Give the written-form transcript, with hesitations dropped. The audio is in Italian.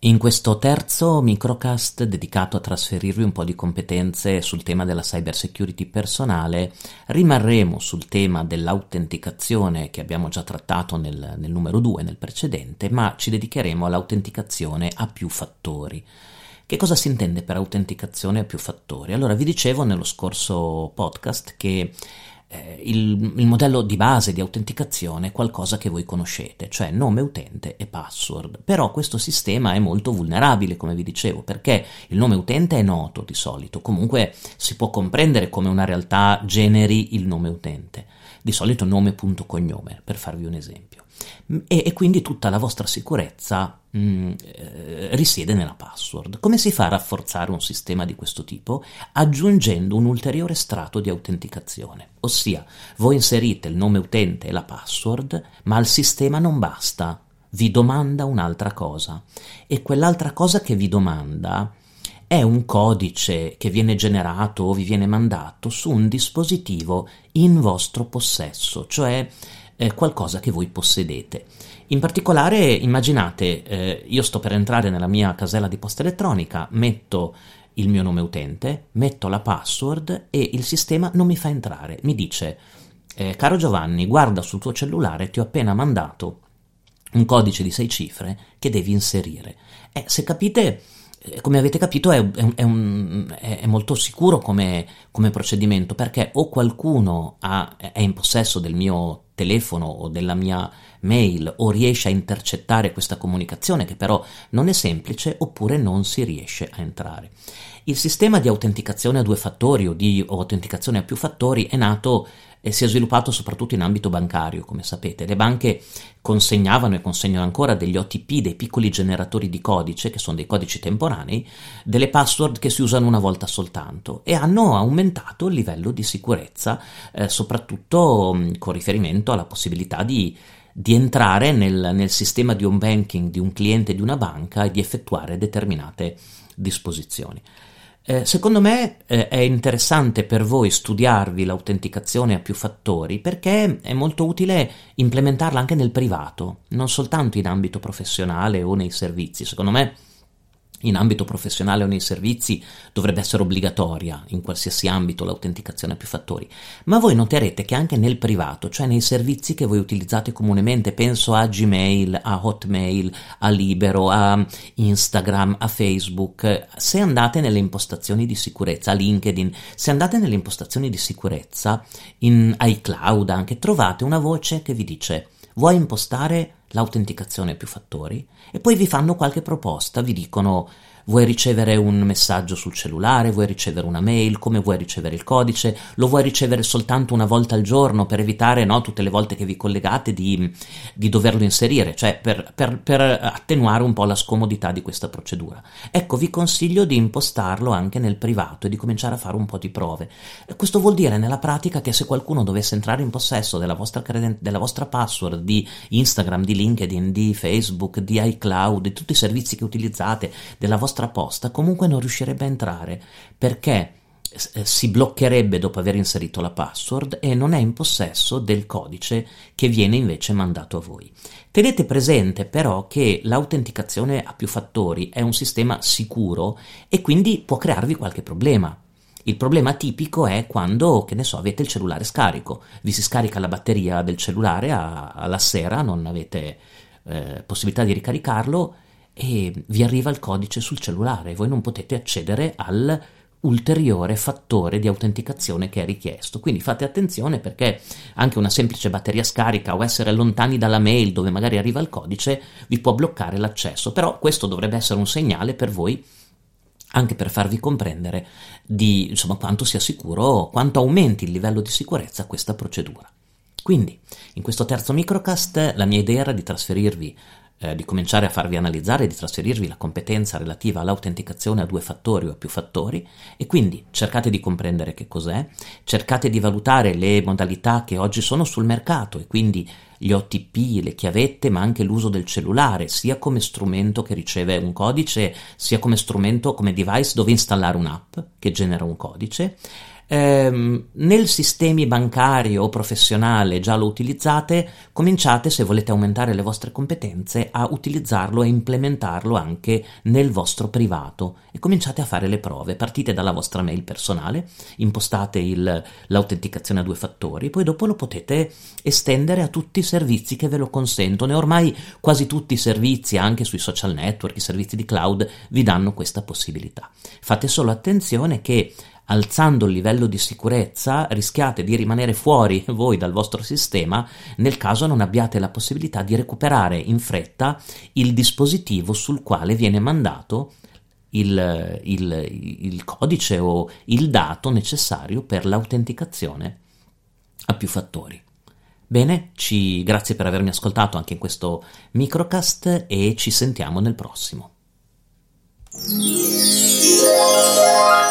In questo terzo microcast dedicato a trasferirvi un po' di competenze sul tema della cyber security personale, rimarremo sul tema dell'autenticazione che abbiamo già trattato nel numero 2, nel precedente, ma ci dedicheremo all'autenticazione a più fattori. Che cosa si intende per autenticazione a più fattori? Allora, vi dicevo nello scorso podcast che il modello di base di autenticazione è qualcosa che voi conoscete, cioè nome utente e password. Però questo sistema è molto vulnerabile, come vi dicevo, perché il nome utente è noto di solito, comunque si può comprendere come una realtà generi il nome utente, di solito nome.cognome, per farvi un esempio. E quindi tutta la vostra sicurezza risiede nella password. Come si fa a rafforzare un sistema di questo tipo? Aggiungendo un ulteriore strato di autenticazione, ossia voi inserite il nome utente e la password, ma al sistema non basta, vi domanda un'altra cosa, e quell'altra cosa che vi domanda è un codice che viene generato o vi viene mandato su un dispositivo in vostro possesso, cioè qualcosa che voi possedete. In particolare, immaginate, io sto per entrare nella mia casella di posta elettronica, metto il mio nome utente, metto la password e il sistema non mi fa entrare. Mi dice, caro Giovanni, guarda sul tuo cellulare, ti ho appena mandato un codice di 6 cifre che devi inserire. Se capite, come avete capito, è molto sicuro come procedimento, perché o qualcuno è in possesso del mio telefono o della mia mail o riesce a intercettare questa comunicazione, che però non è semplice, oppure non si riesce a entrare. Il sistema di autenticazione a 2 fattori o di autenticazione a più fattori è nato e si è sviluppato soprattutto in ambito bancario, come sapete. Le banche consegnavano e consegnano ancora degli OTP, dei piccoli generatori di codice, che sono dei codici temporanei, delle password che si usano una volta soltanto, e hanno aumentato il livello di sicurezza, soprattutto con riferimento alla possibilità di entrare nel sistema di home banking di un cliente di una banca e di effettuare determinate disposizioni. Secondo me è interessante per voi studiarvi l'autenticazione a più fattori, perché è molto utile implementarla anche nel privato, non soltanto in ambito professionale o nei servizi. Secondo me in ambito professionale o nei servizi dovrebbe essere obbligatoria in qualsiasi ambito l'autenticazione a più fattori, ma voi noterete che anche nel privato, cioè nei servizi che voi utilizzate comunemente, penso a Gmail, a Hotmail, a Libero, a Instagram, a Facebook, se andate nelle impostazioni di sicurezza, a LinkedIn, se andate nelle impostazioni di sicurezza, in iCloud anche, trovate una voce che vi dice: vuoi impostare l'autenticazione a più fattori? E poi vi fanno qualche proposta, vi dicono: vuoi ricevere un messaggio sul cellulare, vuoi ricevere una mail, come vuoi ricevere il codice, lo vuoi ricevere soltanto una volta al giorno per evitare, no, tutte le volte che vi collegate di doverlo inserire, cioè per attenuare un po' la scomodità di questa procedura. Ecco, vi consiglio di impostarlo anche nel privato e di cominciare a fare un po' di prove. Questo vuol dire nella pratica che se qualcuno dovesse entrare in possesso della vostra password di Instagram, di LinkedIn, di Facebook, di iCloud, di tutti i servizi che utilizzate, della vostra posta, comunque non riuscirebbe a entrare, perché si bloccherebbe dopo aver inserito la password e non è in possesso del codice che viene invece mandato a voi. Tenete presente però che l'autenticazione a più fattori è un sistema sicuro e quindi può crearvi qualche problema. Il problema tipico è quando, che ne so, avete il cellulare scarico, vi si scarica la batteria del cellulare alla sera, non avete possibilità di ricaricarlo e vi arriva il codice sul cellulare e voi non potete accedere al ulteriore fattore di autenticazione che è richiesto. Quindi fate attenzione, perché anche una semplice batteria scarica o essere lontani dalla mail dove magari arriva il codice vi può bloccare l'accesso. Però questo dovrebbe essere un segnale per voi, anche per farvi comprendere di, insomma, quanto sia sicuro, quanto aumenti il livello di sicurezza questa procedura. Quindi in questo terzo microcast la mia idea era di trasferirvi di cominciare a farvi analizzare e di trasferirvi la competenza relativa all'autenticazione a 2 fattori o a più fattori, e quindi cercate di comprendere che cos'è, cercate di valutare le modalità che oggi sono sul mercato, e quindi gli OTP, le chiavette, ma anche l'uso del cellulare, sia come strumento che riceve un codice, sia come strumento, come device dove installare un'app che genera un codice. nel sistemi bancari o professionale già lo utilizzate, cominciate, se volete aumentare le vostre competenze, a utilizzarlo e implementarlo anche nel vostro privato e cominciate a fare le prove. Partite dalla vostra mail personale, impostate l'autenticazione a 2 fattori, poi dopo lo potete estendere a tutti i servizi che ve lo consentono, e ormai quasi tutti i servizi, anche sui social network, i servizi di cloud, vi danno questa possibilità. Fate solo attenzione che alzando il livello di sicurezza rischiate di rimanere fuori voi dal vostro sistema nel caso non abbiate la possibilità di recuperare in fretta il dispositivo sul quale viene mandato il codice o il dato necessario per l'autenticazione a più fattori. Bene, grazie per avermi ascoltato anche in questo microcast e ci sentiamo nel prossimo.